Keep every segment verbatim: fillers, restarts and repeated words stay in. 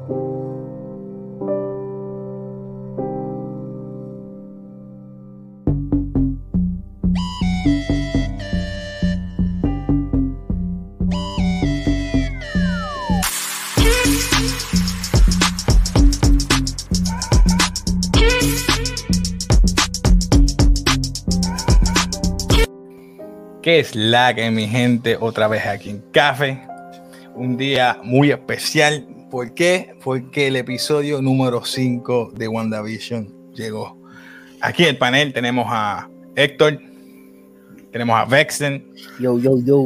¿Qué es la que, mi gente? Otra vez aquí en Café. Un día muy especial. ¿Por qué? Porque el episodio número cinco de WandaVision llegó. Aquí en el panel tenemos a Héctor, tenemos a Vexen. Yo, yo, yo.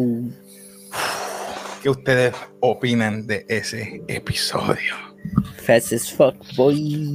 ¿Qué ustedes opinan de ese episodio? Fast as fuck, boy.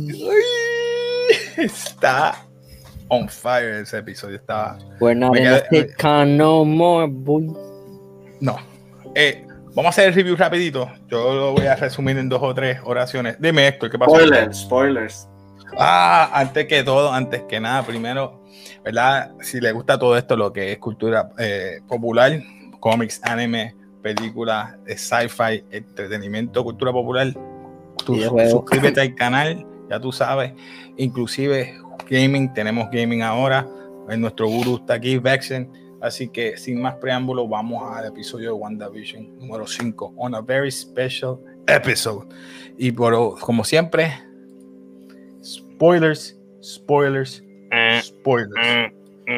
Uy, está on fire ese episodio. Estaba. We're not in a sitcom no more, boy. No. Eh, vamos a hacer el review rapidito. Yo lo voy a resumir en dos o tres oraciones. Dime, Héctor, ¿qué pasó? Spoilers, spoilers. Ah, antes que todo, antes que nada, primero, ¿verdad? Si le gusta todo esto, lo que es cultura eh, popular, cómics, anime, películas, sci-fi, entretenimiento, cultura popular, tú suscríbete al canal, ya tú sabes. Inclusive gaming, tenemos gaming ahora. Nuestro gurú está aquí, Vexen. Así que sin más preámbulo, vamos al episodio de WandaVision número cinco, on a very special episode. Y por, como siempre, spoilers, spoilers, spoilers.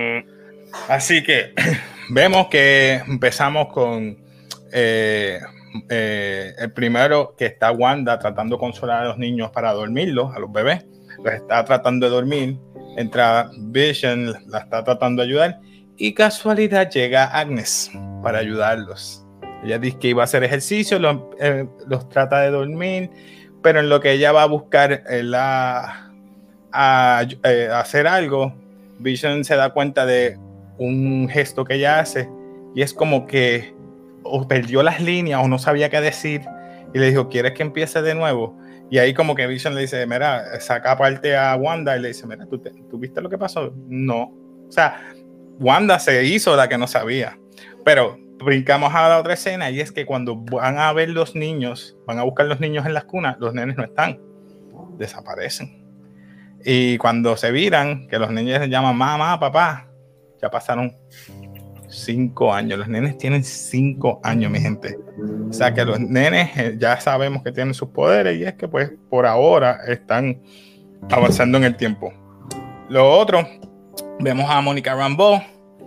Así que vemos que empezamos con eh, eh, el primero, que está Wanda tratando de consolar a los niños para dormirlos, a los bebés. Los está tratando de dormir. Entra Vision, la está tratando de ayudar. Y casualidad llega Agnes para ayudarlos. Ella dice que iba a hacer ejercicio, los, eh, los trata de dormir, pero en lo que ella va a buscar eh, la, a, eh, a hacer algo, Vision se da cuenta de un gesto que ella hace y es como que o perdió las líneas o no sabía qué decir y le dijo, ¿quieres que empiece de nuevo? Y ahí como que Vision le dice, mira, saca aparte a Wanda y le dice, mira, ¿tú, te, ¿tú viste lo que pasó? No. O sea, Wanda se hizo la que no sabía. Pero brincamos a la otra escena y es que cuando van a ver los niños, van a buscar los niños en las cunas, los nenes no están, desaparecen. Y cuando se viran, que los niños se llaman mamá, papá, ya pasaron cinco años. Los nenes tienen cinco años, mi gente. O sea que los nenes eh, ya sabemos que tienen sus poderes y es que pues por ahora están avanzando en el tiempo. Lo otro, vemos a Monica Rambeau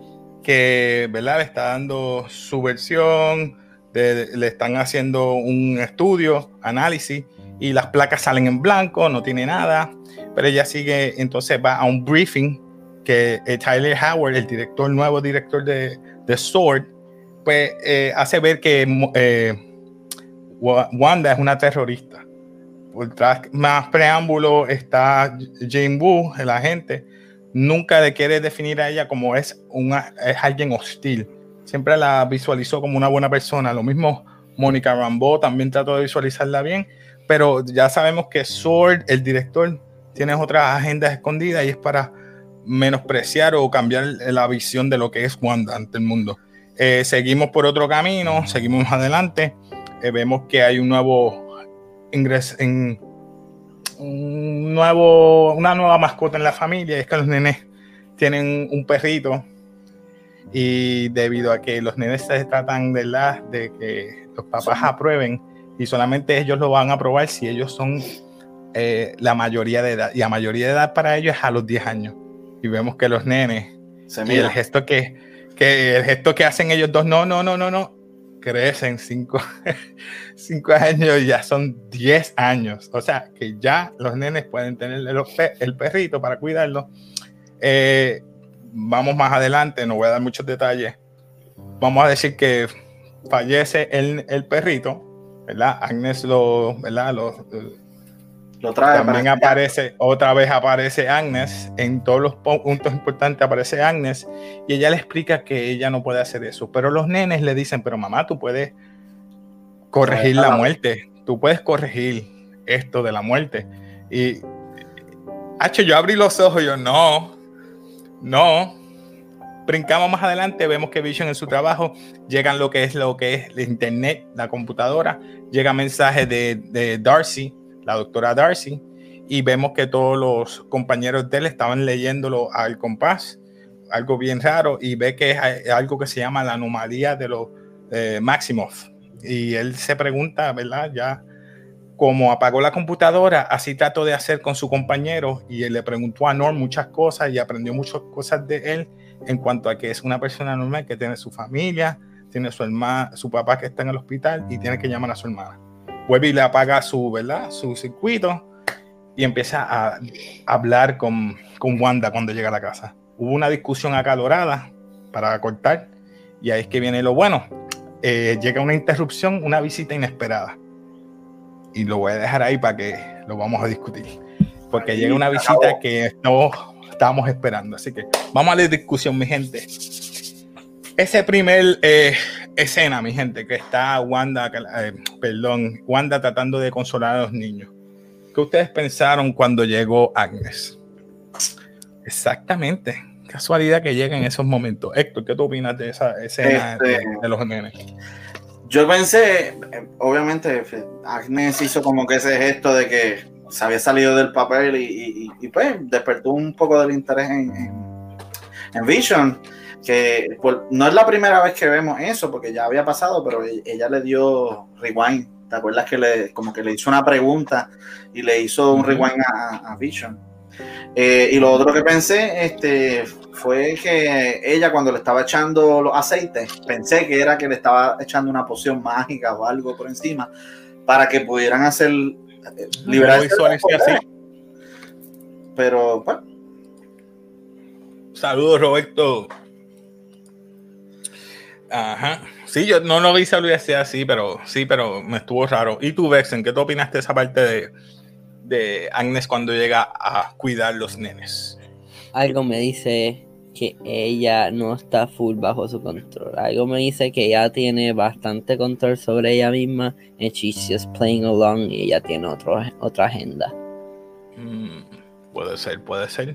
que, ¿verdad?, le está dando su versión, de, de, le están haciendo un estudio, análisis, y las placas salen en blanco, no tiene nada, pero ella sigue, entonces va a un briefing que eh, Tyler Howard, el director, nuevo director de, de S W O R D, pues eh, hace ver que eh, Wanda es una terrorista. Por tras más preámbulo está Jane Woo, el agente. Nunca le quiere definir a ella como es, una, es alguien hostil. Siempre la visualizó como una buena persona. Lo mismo Monica Rambeau, también trató de visualizarla bien, pero ya sabemos que S W O R D, el director, tiene otras agendas escondidas y es para menospreciar o cambiar la visión de lo que es Wanda ante el mundo. Eh, seguimos por otro camino, seguimos adelante. Eh, vemos que hay un nuevo ingreso en un nuevo, una nueva mascota en la familia, y es que los nenes tienen un perrito y debido a que los nenes se tratan de, la, de que los papás aprueben y solamente ellos lo van a aprobar si ellos son eh, la mayoría de edad, y la mayoría de edad para ellos es a los diez años, y vemos que los nenes se y el gesto que, que el gesto que hacen ellos dos, no, no, no, no, no crecen cinco, cinco años y ya son diez años. O sea, que ya los nenes pueden tener el, el perrito para cuidarlo. Eh, vamos más adelante, no voy a dar muchos detalles. Vamos a decir que fallece el, el perrito, ¿verdad? Agnes lo, ¿verdad? Lo, lo trae. También aparece, allá. Otra vez aparece Agnes, en todos los puntos importantes aparece Agnes, y ella le explica que ella no puede hacer eso, pero los nenes le dicen, pero mamá, tú puedes corregir la muerte, tú puedes corregir esto de la muerte. Y Hacho, yo abrí los ojos y yo, no, no. Brincamos más adelante, vemos que Vision en su trabajo, llegan lo que es lo que es el internet, la computadora, llega mensaje de, de Darcy, la doctora Darcy, y vemos que todos los compañeros de él estaban leyéndolo al compás, algo bien raro, y ve que es algo que se llama la anomalía de los eh, Maximoff. Y él se pregunta, ¿verdad? Ya como apagó la computadora, así trató de hacer con su compañero, y él le preguntó a Norm muchas cosas y aprendió muchas cosas de él en cuanto a que es una persona normal que tiene su familia, tiene su hermana, su papá que está en el hospital y tiene que llamar a su hermana. Vuelve y le apaga su, ¿verdad? Su circuito y empieza a hablar con, con Wanda cuando llega a la casa. Hubo una discusión acalorada para cortar, y ahí es que viene lo bueno. Eh, llega una interrupción, una visita inesperada. Y lo voy a dejar ahí para que lo vamos a discutir. Porque llega una visita que no estábamos esperando. Así que vamos a la discusión, mi gente. Ese primer eh, escena, mi gente, que está Wanda, eh, perdón, Wanda tratando de consolar a los niños. ¿Qué ustedes pensaron cuando llegó Agnes? Exactamente. Casualidad que llega en esos momentos. Héctor, ¿qué tú opinas de esa escena este, de, de los nenes? Yo pensé, obviamente, Agnes hizo como que ese gesto de que se había salido del papel y, y, y pues despertó un poco del interés en, en, en Vision, que pues, no es la primera vez que vemos eso, porque ya había pasado, pero ella le dio rewind. ¿Te acuerdas que le, como que le hizo una pregunta y le hizo un uh-huh. rewind a, a Vision? Eh, y lo otro que pensé este, fue que ella, cuando le estaba echando los aceites, pensé que era que le estaba echando una poción mágica o algo por encima para que pudieran hacer eh, liberar así. Pero bueno. Saludos, Roberto. Ajá. Sí, yo no lo vi salir así, pero sí, pero me estuvo raro. ¿Y tú, Vexen, qué tú opinaste de esa parte de, de Agnes cuando llega a cuidar los nenes? Algo me dice que ella no está full bajo su control. Algo me dice que ella tiene bastante control sobre ella misma and she's just playing along y ella tiene otro, otra agenda. Mm, puede ser, puede ser.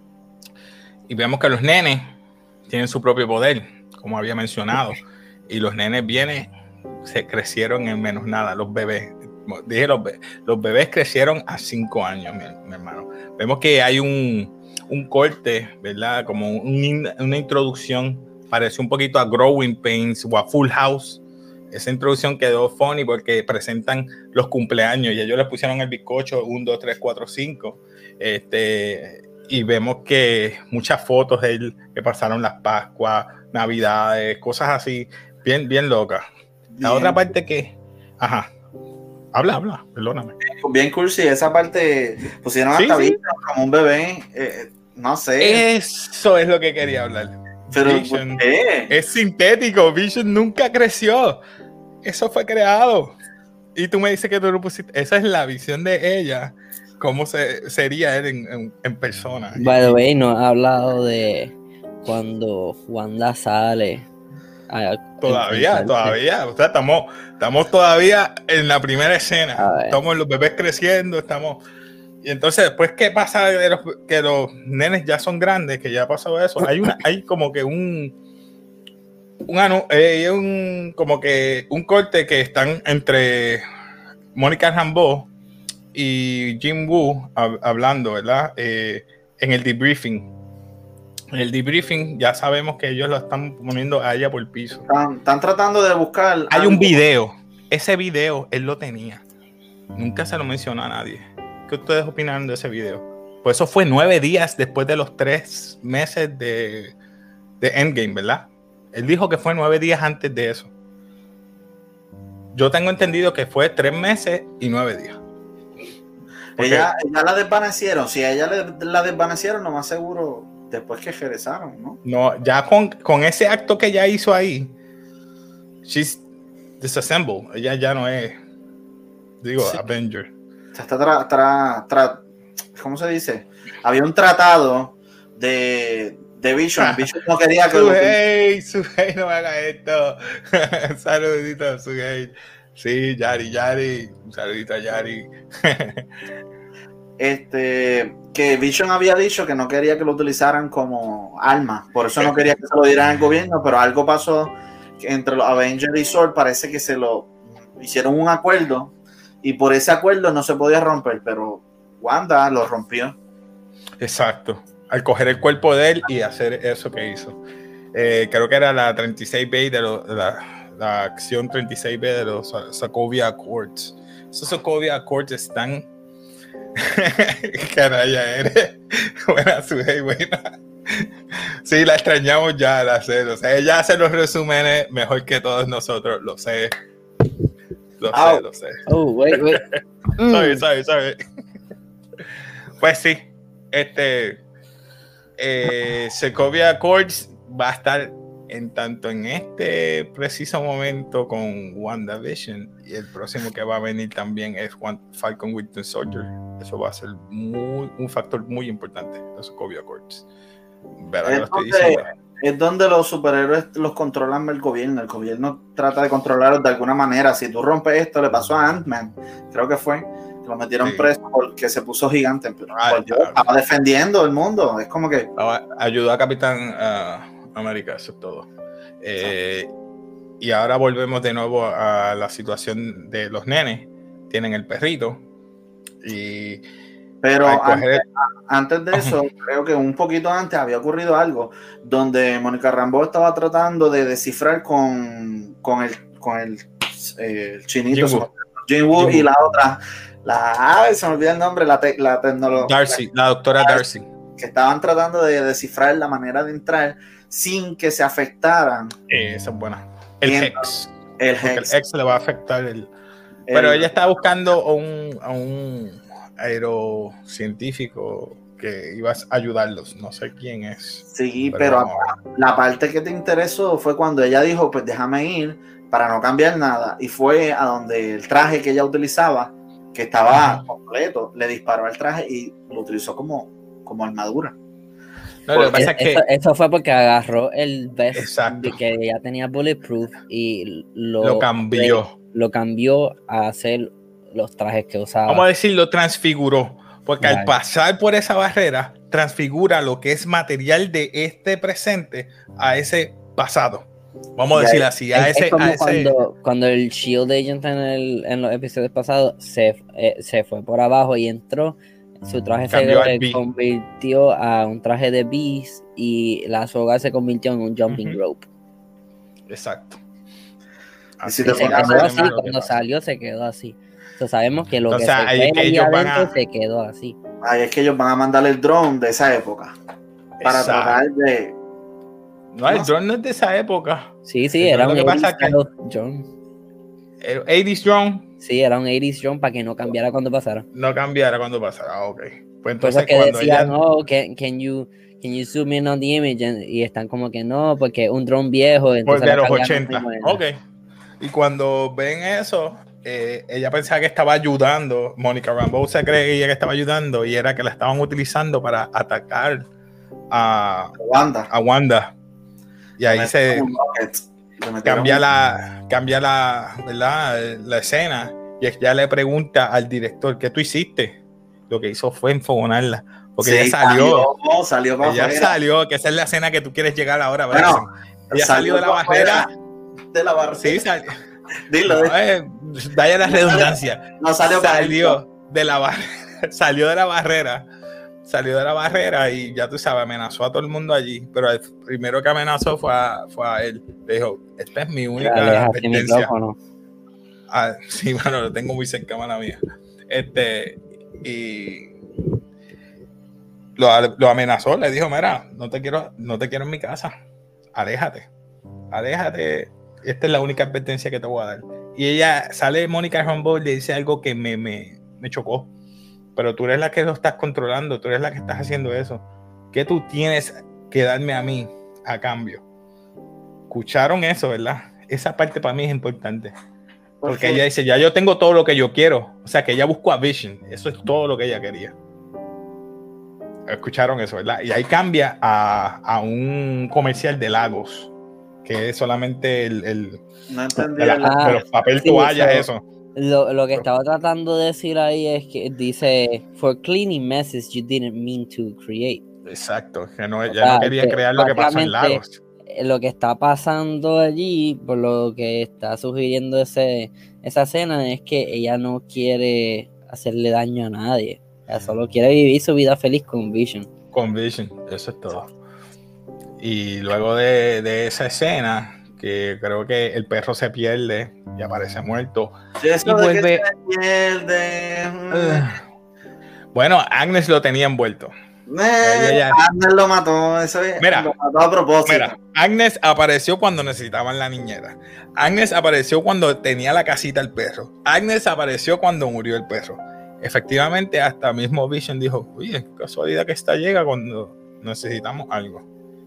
Y vemos que los nenes tienen su propio poder, como había mencionado. Y los nenes vienen, se crecieron en menos nada, los bebés. Dije, los, be- los bebés crecieron a cinco años, mi, mi hermano. Vemos que hay un, un corte, ¿verdad? Como un, una introducción, parece un poquito a Growing Pains o a Full House. Esa introducción quedó funny porque presentan los cumpleaños y ellos les pusieron el bizcocho uno, dos, tres, cuatro, cinco. Este, y vemos que muchas fotos de él que pasaron las Pascuas, Navidades, cosas así, bien, bien locas. La bien. Otra parte que... Ajá. Habla, habla, perdóname. Bien cursi, esa parte pusieron sí, hasta sí. Vision como un bebé, eh, no sé. Eso es lo que quería hablar. Pero Vision es sintético, Vision nunca creció. Eso fue creado. Y tú me dices que tú lo pusiste. Esa es la visión de ella, cómo se, sería él en, en, en persona. By the way, no ha hablado de cuando Wanda sale. Todavía, todavía, o sea, estamos, estamos todavía en la primera escena, estamos los bebés creciendo, estamos, y entonces después, ¿qué pasa de los, que los nenes ya son grandes, que ya ha pasado eso? Hay una, hay como que un, un, eh, un como que un corte que están entre Mónica Rambeau y Jim Woo hab, hablando, ¿verdad? Eh, en el debriefing. En el debriefing ya sabemos que ellos lo están poniendo a ella por el piso. Están, están tratando de buscar. Hay algo. Un video. Ese video él lo tenía. Nunca se lo mencionó a nadie. ¿Qué ustedes opinan de ese video? Pues eso fue nueve días después de los tres meses de, de Endgame, ¿verdad? Él dijo que fue nueve días antes de eso. Yo tengo entendido que fue tres meses y nueve días. Porque ella, ella la desvanecieron. Si a ella le, la desvanecieron, lo más seguro... Después que regresaron, ¿no? No, ya con, con ese acto que ella hizo ahí, she's disassembled. Ella ya no es, digo, sí. Avenger. Está tra, tra, tra, ¿cómo se dice? Había un tratado de, de Vision. Vision no quería que... Sugei, Sugei, no me haga esto. Saludito, Sugei. Sí, Yari, Yari. Un saludito a Yari. Este, que Vision había dicho que no quería que lo utilizaran como arma, por eso no quería que se lo dieran al gobierno, pero algo pasó que entre los Avengers y Sword, parece que se lo hicieron un acuerdo y por ese acuerdo no se podía romper, pero Wanda lo rompió. Exacto, al coger el cuerpo de él y hacer eso que hizo. Eh, creo que era la treinta y seis B de lo, la, la acción treinta y seis B de los Sokovia Accords. Esos Sokovia Accords están... Canalla eres. Buena, Sujei, buena. Sí, la extrañamos ya al hacer. O sea, ella hace los resúmenes mejor que todos nosotros. Lo sé. Lo oh. sé, lo sé. Oh, wait, wait. Mm. Sorry, sorry, sorry. Pues sí. Este. Eh, Sokovia Accords va a estar en tanto en este preciso momento con WandaVision, y el próximo que va a venir también es Falcon Winter Soldier. Eso va a ser muy, un factor muy importante, los Sokovia Accords. Es donde, es donde los superhéroes los controlan el gobierno. El gobierno trata de controlarlos de alguna manera. Si tú rompes esto, le pasó a Ant-Man, creo que fue, que lo metieron sí. preso porque se puso gigante, pero ah, Dios, estaba defendiendo el mundo. Es como que ayudó a Capitán uh, América, eso es todo. Eh, y ahora volvemos de nuevo a la situación de los nenes. Tienen el perrito y pero antes, antes de eso, creo que un poquito antes había ocurrido algo donde Mónica Rambeau estaba tratando de descifrar con, con el con el, eh, el chinito Jin-Woo y la otra, la ay, se me olvida el nombre, la, te, la tecnología Darcy, la doctora Darcy, que estaban tratando de descifrar la manera de entrar sin que se afectaran. Eh, esa es buena. El Hex. El Hex. El Hex le va a afectar el. el pero ella está buscando a un, a un aerocientífico que iba a ayudarlos. No sé quién es. Sí, pero, pero la parte que te interesó fue cuando ella dijo, pues déjame ir para no cambiar nada. Y fue a donde el traje que ella utilizaba, que estaba uh-huh. completo, le disparó al traje y lo utilizó como, como armadura. No, lo que pasa es que eso, eso fue porque agarró el vest de que ya tenía bulletproof y lo, lo cambió. De, lo cambió a hacer los trajes que usaba. Vamos a decir, lo transfiguró. Porque right. al pasar por esa barrera, transfigura lo que es material de este presente a ese pasado. Vamos a decir así. A es, ese, es como a ese... Cuando, cuando el Shield Agent en, el, en los episodios pasados se, eh, se fue por abajo y entró. Su traje se convirtió a un traje de Beast y la soga se convirtió en un jumping uh-huh. rope. Exacto. Así se quedó así, cuando salió se quedó así. Entonces sabemos que lo o que sea, se fue ahí adentro a... se quedó así. Ahí es que ellos van a mandar el drone de esa época. Para Exacto. tratar de... No, el drone no es de esa época. Sí, sí, el era un ochenta drone. ¿El ochenta drone? Sí, era un ochenta drone para que no cambiara cuando pasara. No cambiara cuando pasara, ok. Pues entonces que cuando decían, ella... no, can, can, you, can you zoom in on the image? Y están como que no, porque es un drone viejo. Pues de los ochenta, ok. Y cuando ven eso, eh, ella pensaba que estaba ayudando. Mónica Rambeau se creía que estaba ayudando y era que la estaban utilizando para atacar a Wanda. A Wanda. Y ahí se cambia la, cambia la, ¿verdad? La escena y ella le pregunta al director, ¿qué tú hiciste? Lo que hizo fue enfogonarla. Porque sí, ella salió. Salió, salió para ella afuera. salió, que esa es la escena que tú quieres llegar ahora. Bueno, ella salió, salió de la barrera. De la barrera. Sí, salió. Dilo. No, eh, vaya la redundancia. No salió, salió de la barrera. Salió de la barrera. Salió de la barrera y ya tú sabes, amenazó a todo el mundo allí. Pero el primero que amenazó fue a, fue a él. Le dijo, esta es mi única advertencia. Ah, sí, bueno, lo tengo muy cerca, mala mía. Este, y lo, lo amenazó, le dijo, mira, no te quiero, no te quiero en mi casa. Aléjate. Aléjate. Esta es la única advertencia que te voy a dar. Y ella sale, Mónica Rambeau, y le dice algo que me, me, me chocó. Pero tú eres la que lo estás controlando, tú eres la que estás haciendo eso. ¿Qué tú tienes que darme a mí a cambio? Escucharon eso, ¿verdad? Esa parte para mí es importante. Porque ella dice, ya yo tengo todo lo que yo quiero. O sea, que ella buscó a Vision. Eso es todo lo que ella quería. Escucharon eso, ¿verdad? Y ahí cambia a, a un comercial de Lagos, que es solamente el, el, no entendí el, ah, el papel sí, toalla, eso. eso. Lo, lo que estaba tratando de decir ahí es que dice, for cleaning messes you didn't mean to create. Exacto, que no, ella o sea, no quería que crear lo que pasó en Lagos. lo que está pasando allí, por lo que está sugiriendo ese, esa escena, es que ella no quiere hacerle daño a nadie. Ella solo quiere vivir su vida feliz con Vision. Con Vision, eso es todo. Y luego de, de esa escena, que creo que el perro se pierde y aparece muerto. Sí, eso y de vuelve... que se pierde. Uh, bueno, Agnes lo tenía envuelto. Eh, ya... Agnes lo mató, eso es, mira, lo mató a propósito. Mira, Agnes apareció cuando necesitaban la niñera. Agnes apareció cuando tenía la casita el perro. Agnes apareció cuando murió el perro. Efectivamente, hasta mismo Vision dijo, oye, casualidad que esta llega cuando necesitamos algo.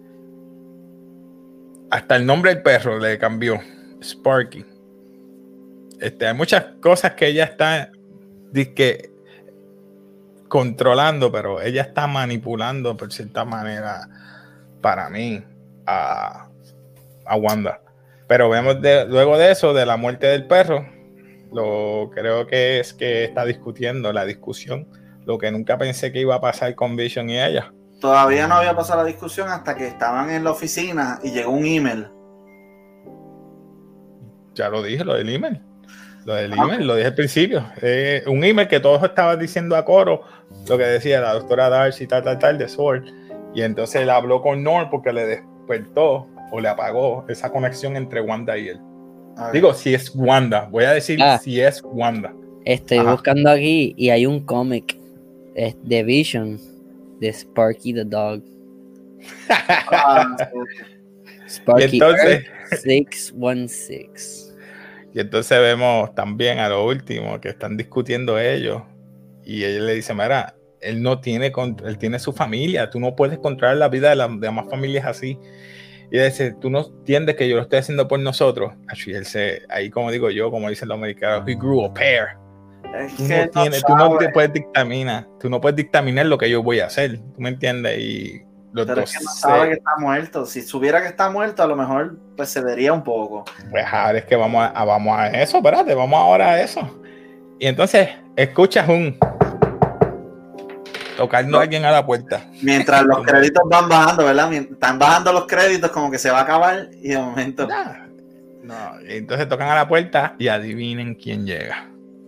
Hasta el nombre del perro le cambió, Sparky. Este, hay muchas cosas que ella está que, controlando, pero ella está manipulando por cierta manera, para mí, a, a Wanda. Pero vemos de, luego de eso, de la muerte del perro, lo creo que es que está discutiendo la discusión, lo que nunca pensé que iba a pasar con Vision y ella. Todavía no había pasado la discusión hasta que estaban en la oficina y llegó un email. Ya lo dije, lo del email. Lo del email, okay. Lo dije al principio. Eh, un email que todos estaban diciendo a coro lo que decía la doctora Darcy, tal, tal, tal, de S W O R D. Y entonces él habló con Norm porque le despertó o le apagó esa conexión entre Wanda y él. Okay. Digo, si es Wanda. Voy a decir ah, si es Wanda. Estoy Ajá. buscando aquí y hay un cómic de Vision de Sparky the Dog. Sparky entonces, seis uno seis. Y entonces vemos también a lo último que están discutiendo ellos y ella le dice, mira, él no tiene, él tiene su familia, tú no puedes controlar la vida de las demás familias así. Y ella dice, tú no entiendes que yo lo estoy haciendo por nosotros. Y él se, ahí como digo yo, como dicen los americanos, he grew a pair. Es tú, que no tienes, no tú no te puedes dictaminar, tú no puedes dictaminar lo que yo voy a hacer, ¿tú me entiendes? Y los Pero dos es que no sabe que está muerto. Si supiera que está muerto, a lo mejor pues se vería un poco. Pues ahora es que vamos a, vamos a eso, espérate, vamos ahora a eso. Y entonces escuchas un tocando no. a alguien a la puerta. Mientras los créditos van bajando, ¿verdad? Están bajando los créditos como que se va a acabar y de momento. Nah. No, y entonces tocan a la puerta y adivinen quién llega.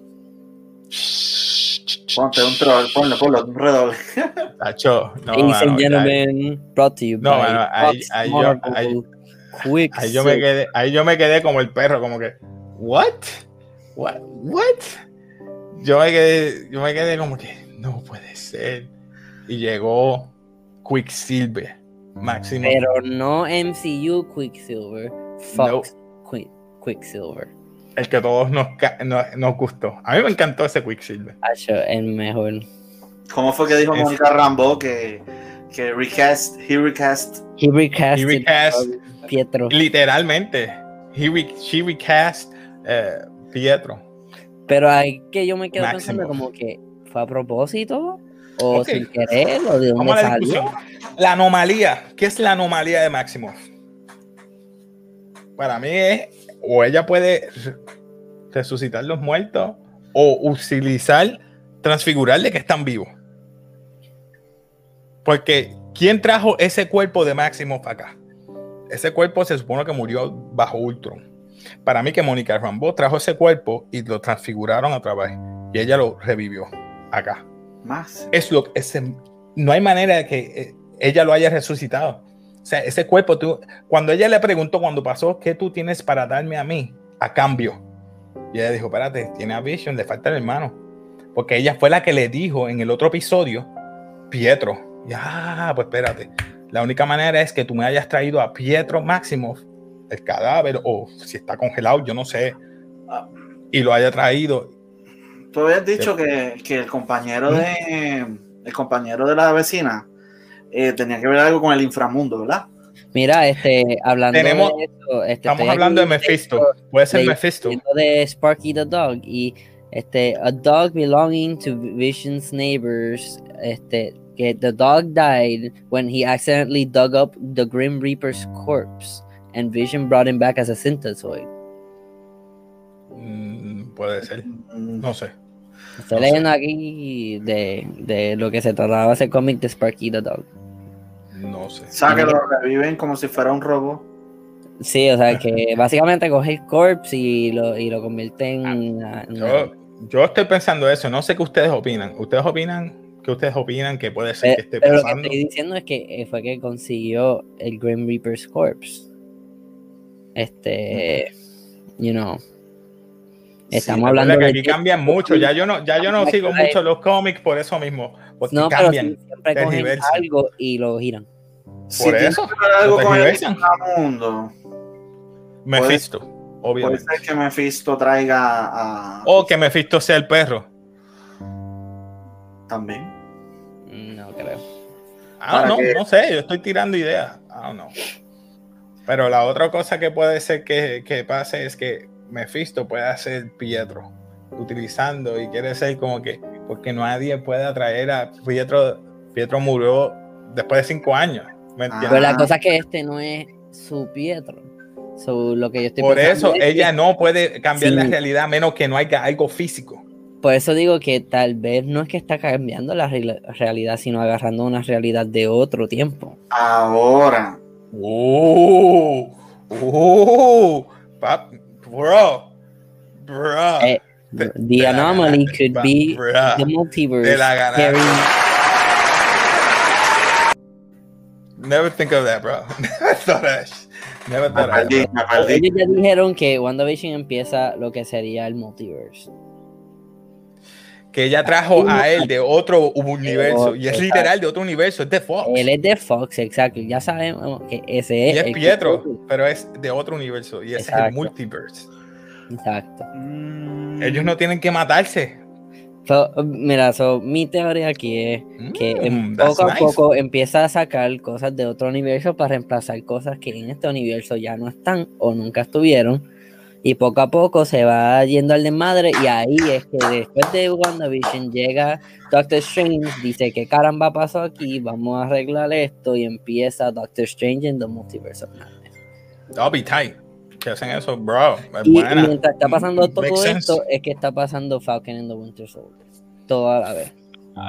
Ponte un troll, ponle, ponle un redoble. Tacho, no, Ladies mano, and gentlemen, brought to you no, by mano, ahí, ahí, yo, ahí, ahí yo me quedé, ahí yo me quedé como el perro, como que, what, what, what. Yo me quedé, yo me quedé como que no puede ser. Y llegó Quicksilver, Máximo. Pero no M C U Quicksilver, Fox no. Quick, Quicksilver. El que todos nos, nos, nos gustó. A mí me encantó ese Quicksilver. El mejor. ¿Cómo fue que dijo es... Mónica Rambeau que, que recast, he recast? He recast, he recast Pietro. Literalmente. He re, she recast uh, Pietro. Pero hay que yo me quedo Máximo. pensando como que fue a propósito o okay. sin querer o de dónde la salió. Discusión. La anomalía. ¿Qué es la anomalía de Máximo? Para mí es o ella puede resucitar los muertos o utilizar, transfigurar de que están vivos. Porque ¿quién trajo ese cuerpo de Máximo para acá? Ese cuerpo se supone que murió bajo Ultron. Para mí que Mónica Rambeau trajo ese cuerpo y lo transfiguraron a través y ella lo revivió acá. Más. Es lo, ese, no hay manera de que ella lo haya resucitado. O sea, ese cuerpo, tú, cuando ella le preguntó cuando pasó, ¿qué tú tienes para darme a mí a cambio? Y ella dijo, espérate, tiene a Vision, le falta el hermano. Porque ella fue la que le dijo en el otro episodio, Pietro. Y, ah, pues espérate. La única manera es que tú me hayas traído a Pietro Maximoff, el cadáver, o si está congelado, yo no sé, y lo haya traído. Tú habías dicho que, que el compañero ¿Mm? de el compañero de la vecina Eh, tenía que ver algo con el inframundo, ¿verdad? Mira, este, hablando Tenemos, de esto, este, estamos hablando de Mephisto, esto, puede ser Mephisto. De Sparky the Dog y este, a dog belonging to Vision's neighbors, este, que the dog died when he accidentally dug up the Grim Reaper's corpse, and Vision brought him back as a synthezoid. Mm, puede ser, no sé. Estoy no leyendo sé. aquí de, de lo que se trataba ese cómic de Sparky the Dog. No sé. O sea, que lo reviven como si fuera un robot. Sí, o sea, que básicamente coge el corpse y lo, y lo convierte en... Ah, en yo, yo estoy pensando eso, no sé qué ustedes opinan. ¿Ustedes opinan? ¿Qué ustedes opinan que puede ser pero, que esté pero pasando? lo que estoy diciendo es que eh, fue que consiguió el Grim Reaper's corpse. Este, you know... Estamos Sí, hablando que de aquí cambian mucho. Ya yo no, ya yo no sigo mucho los cómics por eso mismo, porque no, cambian, pero sí, siempre cogen tergiversan. algo y lo giran. Si Por tiene eso, que ver algo lo con el tergiversan. mundo, Mephisto, puede obviamente. ser que Mephisto traiga a... O que Mephisto sea el perro. También. No creo. Ah, Para no, que- no sé, yo estoy tirando ideas. Ah, no. Pero la otra cosa que puede ser que, que pase es que Mephisto pueda ser Pietro, utilizando y quiere ser como que, porque nadie puede atraer a Pietro. Pietro murió después de cinco años. ¿Me entiendes? Pero la Ah. cosa es que este no es su Pietro. So, lo que yo estoy Por pensando eso es ella que- no puede cambiar Sí. la realidad a menos que no haya algo físico. Por eso digo que tal vez no es que está cambiando la re- realidad, sino agarrando una realidad de otro tiempo. Ahora. ¡Oh! ¡Oh! Pap, bro. Bro. Eh, Te- the te la anomaly ganaste, could pa- be bruh. the multiverse. Te la ganaste. carrying- Never think of that, bro. Never thought of that. sh- Never Me thought of that, perdí, bro. me perdí. Ellos ya dijeron que WandaVision empieza lo que sería el multiverse. Que ella trajo a él de otro universo. Y es Exacto. literal de otro universo. Es de Fox. Él es de Fox, exacto. Ya sabemos que ese Y es. es el- Pietro, pero es de otro universo. Y ese es el Exacto. multiverse. Exacto. Mm, Ellos no tienen que matarse. So, mira, so, mi teoría aquí es que en Mm, that's poco a nice. poco empieza a sacar cosas de otro universo para reemplazar cosas que en este universo ya no están o nunca estuvieron. Y poco a poco se va yendo al desmadre. Y ahí es que después de WandaVision llega Doctor Strange, dice que caramba pasó aquí, vamos a arreglar esto. Y empieza Doctor Strange en The Multiverse of Madness. I'll be tight. Que hacen eso, bro. Es Y buena. mientras está pasando Makes todo sense. esto, es que está pasando Falcon and the Winter Soldier. Todo a la vez.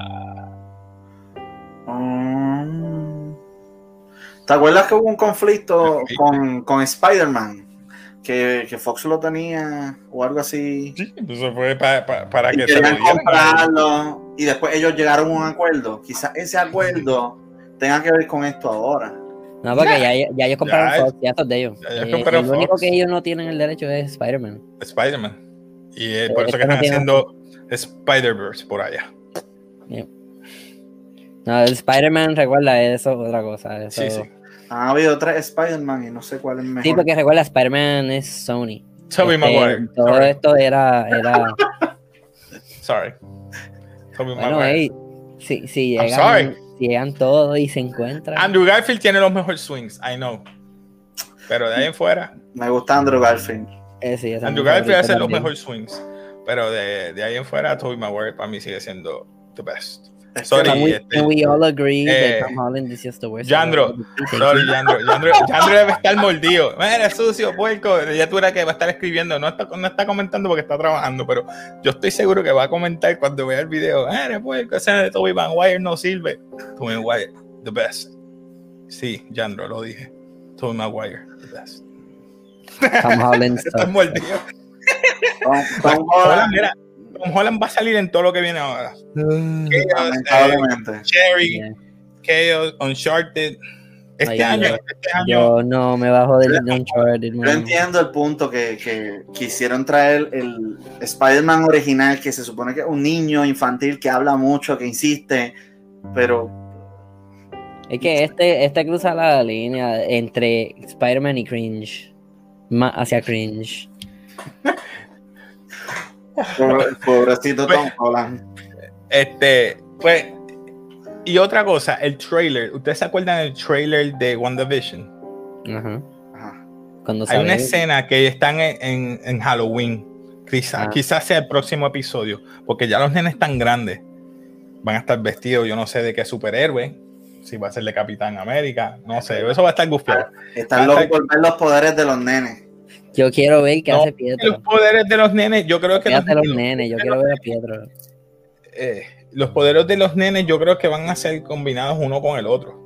mm. ¿Te acuerdas que hubo un conflicto con, con Spider-Man? Que, que Fox lo tenía o algo así. Sí, eso fue pa- pa- para Y que se querían lo dieran. comprarlo. Y después ellos llegaron a un acuerdo. Quizás ese acuerdo tenga que ver con esto ahora. No, porque ya, ya ellos compraron Ya, Fox, ya esto es de ellos. ya ellos Eh, compraron el único Fox. que ellos no tienen el derecho es Spider-Man. Spider-Man. Y eh, por Eh, eso que esto no están tiene- haciendo Spider-Verse por allá. No, el Spider-Man, recuerda, eso es otra cosa. Eso... Sí, sí. Han habido tres Spider-Man y no sé cuál es mejor. Sí, porque recuerda, Spider-Man es Sony. Tobey Este, Maguire. Todo Sorry. esto era... era... Sorry. Tobey bueno, Maguire. hey, si, si, I'm llegan, sorry. si llegan todos y se encuentran... Andrew Garfield tiene los mejores swings, I know. Pero de ahí en fuera, Me gusta Andrew Garfield. eh, sí, ese es Andrew mi Garfield favorito hace los también. mejores swings. Pero de, de ahí en fuera, Tobey Maguire para mí sigue siendo the best. Es Sorry, Can we, este, can we all agree eh, that Tom Holland is just the worst? Yandro, sorry, Yandro. Yandro, Yandro debe estar mordido. Mira, sucio, puerco. Ya tú eras que va a estar escribiendo. No está, no está comentando porque está trabajando, pero yo estoy seguro que va a comentar cuando vea el video. Mira, puerco, ese de Tobey Maguire no sirve. Tobey Maguire, the best. Sí, Yandro, lo dije. Tobey Maguire, the best. Tom Holland Estás sucks. mordido. Tom, Tom Tom Holland, Holland, mira, Tom Holland va a salir en todo lo que viene ahora. Chaos, eh, lamentablemente. Cherry, Yeah. Chaos, Uncharted. Este Ay, año, yo- este año. Yo no me bajo del Uncharted. Yo no. entiendo el punto que, que quisieron traer el Spider-Man original, que se supone que es un niño infantil que habla mucho, que insiste, pero Es que este, este cruza la línea entre Spider-Man y cringe. Más hacia cringe. pobre- pobrecito Tom Holland. Este, pues, y otra cosa, el trailer. ¿Ustedes se acuerdan del trailer de WandaVision? Ajá. Ajá. Cuando Hay una sale- escena que están en, en, en Halloween. Quizás Ah. quizás sea el próximo episodio, porque ya los nenes están grandes. Van a estar vestidos, yo no sé de qué superhéroe. Si va a ser de Capitán América, no sé. Eso va a estar gufiado. Están locos por ver los poderes de los nenes. Yo quiero ver qué No, hace Los Pietro. poderes de los nenes, yo creo que ¿Qué hace los los, nenes? Yo quiero ver a Pietro. eh, los poderes de los nenes, yo creo que van a ser combinados uno con el otro.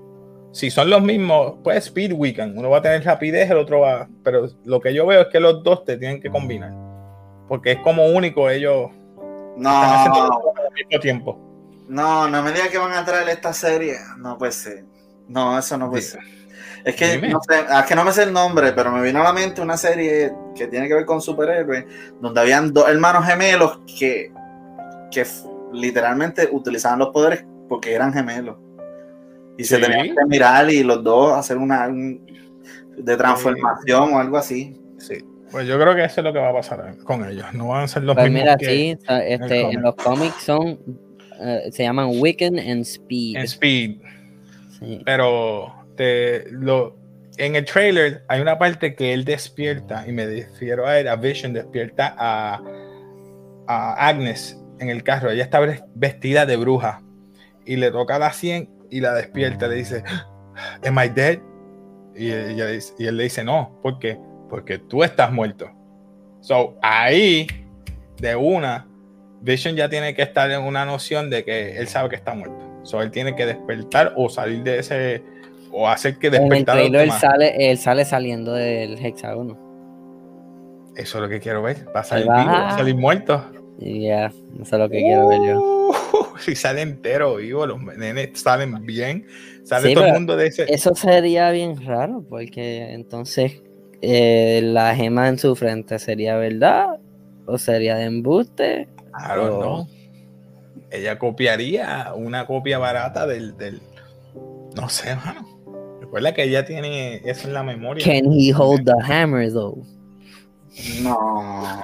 si son los mismos, pues Speed Weekend, uno va a tener rapidez, el otro va, pero lo que yo veo es que los dos te tienen que combinar, porque es como único ellos no, están haciendo al mismo tiempo. No, no me digas que van a traer esta serie. No puede ser. No, eso no puede Sí. ser. Es que Dime. no sé, es que no me sé el nombre, pero me vino a la mente una serie que tiene que ver con superhéroes, donde habían dos hermanos gemelos que, que literalmente utilizaban los poderes porque eran gemelos. Y Sí. se tenían que mirar y los dos hacer una un, de transformación sí. o algo así. Sí. Pues yo creo que eso es lo que va a pasar con ellos. No van a ser los pues mismos mira, que sí, este, en, en los cómics son uh, se llaman Wiccan and Speed. En Speed. Sí. Pero te, lo, en el trailer hay una parte que él despierta, y me refiero a él, a Vision, despierta a, a Agnes en el carro. Ella está vestida de bruja y le toca la sien y la despierta. Le dice, ¿Am I dead? Y, ella, y él le dice, no, ¿por qué? Porque tú estás muerto. So, ahí, de una, Vision ya tiene que estar en una noción de que él sabe que está muerto. So, él tiene que despertar o salir de ese, o hacer que despertar. En el trailer él sale, él sale saliendo del hexágono. Eso es lo que quiero ver. Va a salir va. vivo, va a salir muerto. Ya, yeah, eso es lo que uh, quiero ver yo. Si sale entero vivo, los nenes salen bien. Sale sí, todo el mundo de ese. Eso sería bien raro, porque entonces eh, la gema en su frente sería verdad o sería de embuste. I don't know. Ella copiaría una copia barata del, del... no sé, mano. Recuerda que ella tiene eso en la memoria. Can he hold the hammer though? No.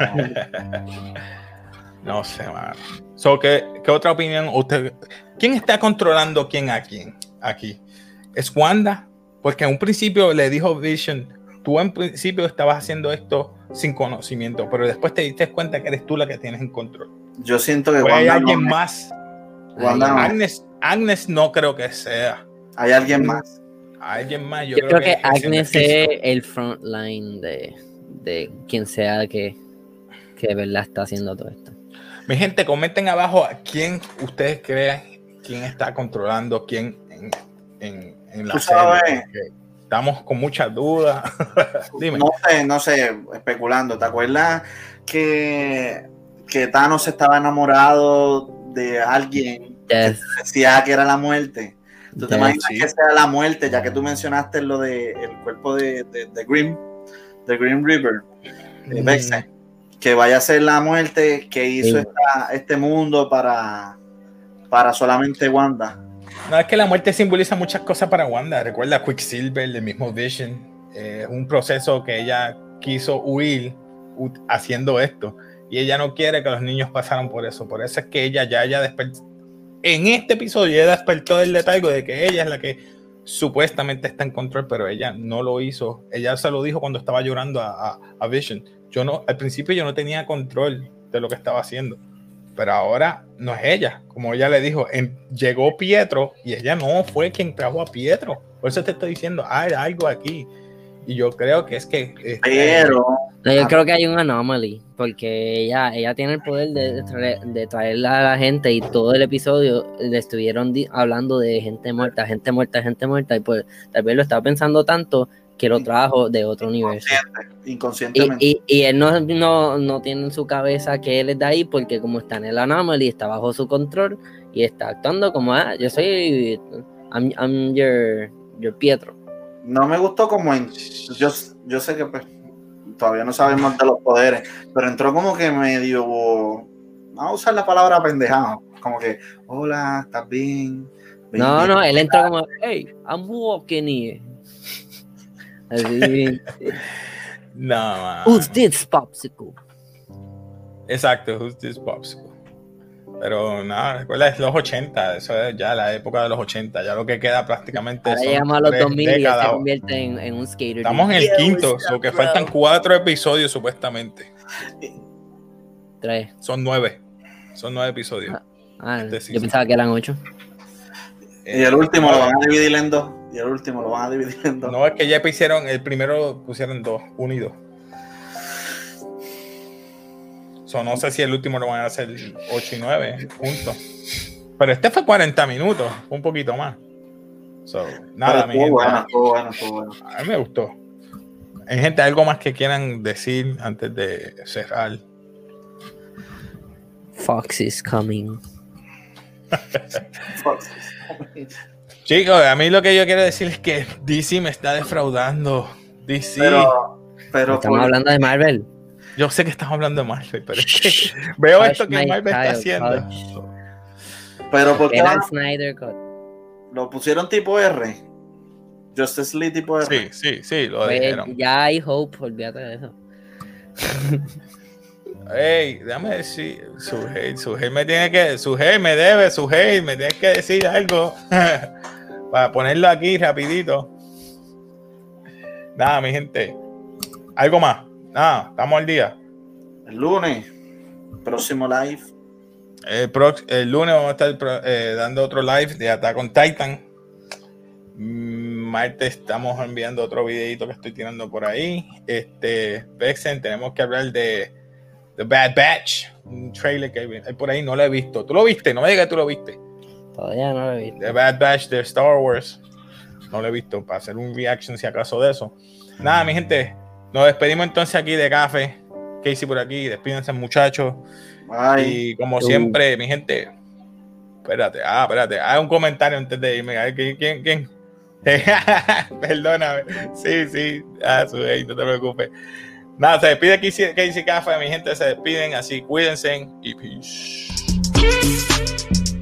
No sé, mano. So, ¿qué, ¿qué otra opinión usted? ¿Quién está controlando quién a quién aquí? ¿Es Wanda? Porque en un principio le dijo Vision, tú en principio estabas haciendo esto sin conocimiento, pero después te diste cuenta que eres tú la que tienes en control. Yo siento que Wanda hay alguien no, más. Wanda no. Agnes, Agnes no creo que sea. Hay alguien más. Hay alguien más. Yo, Yo creo, creo que, que Agnes es el, el frontline de, de quien sea que, que de verdad está haciendo todo esto. Mi gente, comenten abajo a quién ustedes creen, quién está controlando, quién en, en, en la serie. Estamos con muchas dudas. Dime. No sé, no sé, especulando. ¿Te acuerdas que, que Thanos estaba enamorado de alguien yes. que decía que era la muerte? ¿Tú yes, te imaginas sí. que sea la muerte, ya que tú mencionaste lo de el cuerpo de, de, de Grim, de Grim River, de mm. Vexen, que vaya a ser la muerte que hizo sí. esta, este mundo para, para solamente Wanda? No, es que la muerte simboliza muchas cosas para Wanda. Recuerda Quicksilver, el mismo Vision. Eh, un proceso que ella quiso huir haciendo esto. Y ella no quiere que los niños pasaran por eso. Por eso es que ella ya, ya despertó. En este episodio ella despertó el detalle de que ella es la que supuestamente está en control, pero ella no lo hizo. Ella se lo dijo cuando estaba llorando a, a, a Vision. Yo no, al principio yo no tenía control de lo que estaba haciendo. Pero ahora no es ella, como ella le dijo, en, llegó Pietro y ella no fue quien trajo a Pietro. Por eso te estoy diciendo, hay algo aquí. Y yo creo que es que... Este, pero... No, yo creo que hay un anomaly, porque ella, ella tiene el poder de, traer, de traerla a la gente y todo el episodio le estuvieron di- hablando de gente muerta, gente muerta, gente muerta, y pues tal vez lo estaba pensando tanto que lo trajo de otro universo. Inconscientemente. Y, y, y él no, no, no tiene en su cabeza que él es de ahí, porque como está en el anomaly, está bajo su control y está actuando como, ah, yo soy, I'm, I'm your, your Pietro. No me gustó como en, yo, yo sé que pues todavía no sabemos de los poderes, pero entró como que medio, vamos a usar la palabra pendejado, como que, hola, ¿estás bien? No, bien, no, él entró como, hey, I'm walking here. Así. No, man. Who's this popsicle? Exacto, who's this popsicle. Pero nada, recuerda, es los ochenta, eso es ya la época de los ochenta, ya lo que queda prácticamente ahora son llegamos a los dos mil décadas. Y él se convierte en, en un skater. Estamos en el yeah, quinto, so que faltan cuatro episodios supuestamente. Tres. Son nueve, son nueve episodios. Ah, este yo pensaba que eran ocho. Y el último lo van a dividir en dos. Y el último lo van a dividir en dos. No, es que ya pusieron, el primero pusieron dos, uno y dos. So, no sé si el último lo van a hacer ocho y nueve juntos. Pero este fue cuarenta minutos, un poquito más. So, nada, mi gente. Bueno, estuvo bueno, estuvo bueno. A mí me gustó. Hay gente, algo más que quieran decir antes de cerrar. Fox is coming. Fox is coming. Chicos, a mí lo que yo quiero decir es que D C me está defraudando. D C. Pero, pero Estamos por... hablando de Marvel. Yo sé que estamos hablando de Marvel, pero es que veo Touch esto que my Marvel está child, haciendo. touch. pero ¿por qué Era van- el Snyder Cut. lo pusieron tipo R? Justice League tipo R. Sí, sí, sí, lo Pues, dijeron. ya hay hope, olvídate de eso. Ey, déjame decir, Sujei, Sujei me tiene que, Sujei me debe, Sujei, me tienes que decir algo para ponerlo aquí rapidito. Nada, mi gente, algo más, nada, estamos al día. El lunes, próximo live. El, prox- el lunes vamos a estar pro- eh, dando otro live de Attack on Titan. Mm, Martes estamos enviando otro videito que estoy tirando por ahí. Este, Vexen, tenemos que hablar de The Bad Batch, un trailer que hay por ahí, no lo he visto. ¿Tú lo viste? No me digas que tú lo viste. Todavía no lo he visto. The Bad Batch de Star Wars. No lo he visto, para hacer un reaction si acaso de eso. Nada, mi gente, nos despedimos entonces aquí de Café. Casey por aquí, despídense muchachos. Bye. Y como Uh. siempre, mi gente, espérate, ah, espérate, haz un comentario antes de irme. A ver, ¿quién? ¿Quién? quién? Perdóname. Sí, sí, ah, su, hey, no te preocupes. Nada, se despide Casey Café, mi gente se despiden, así cuídense y peace.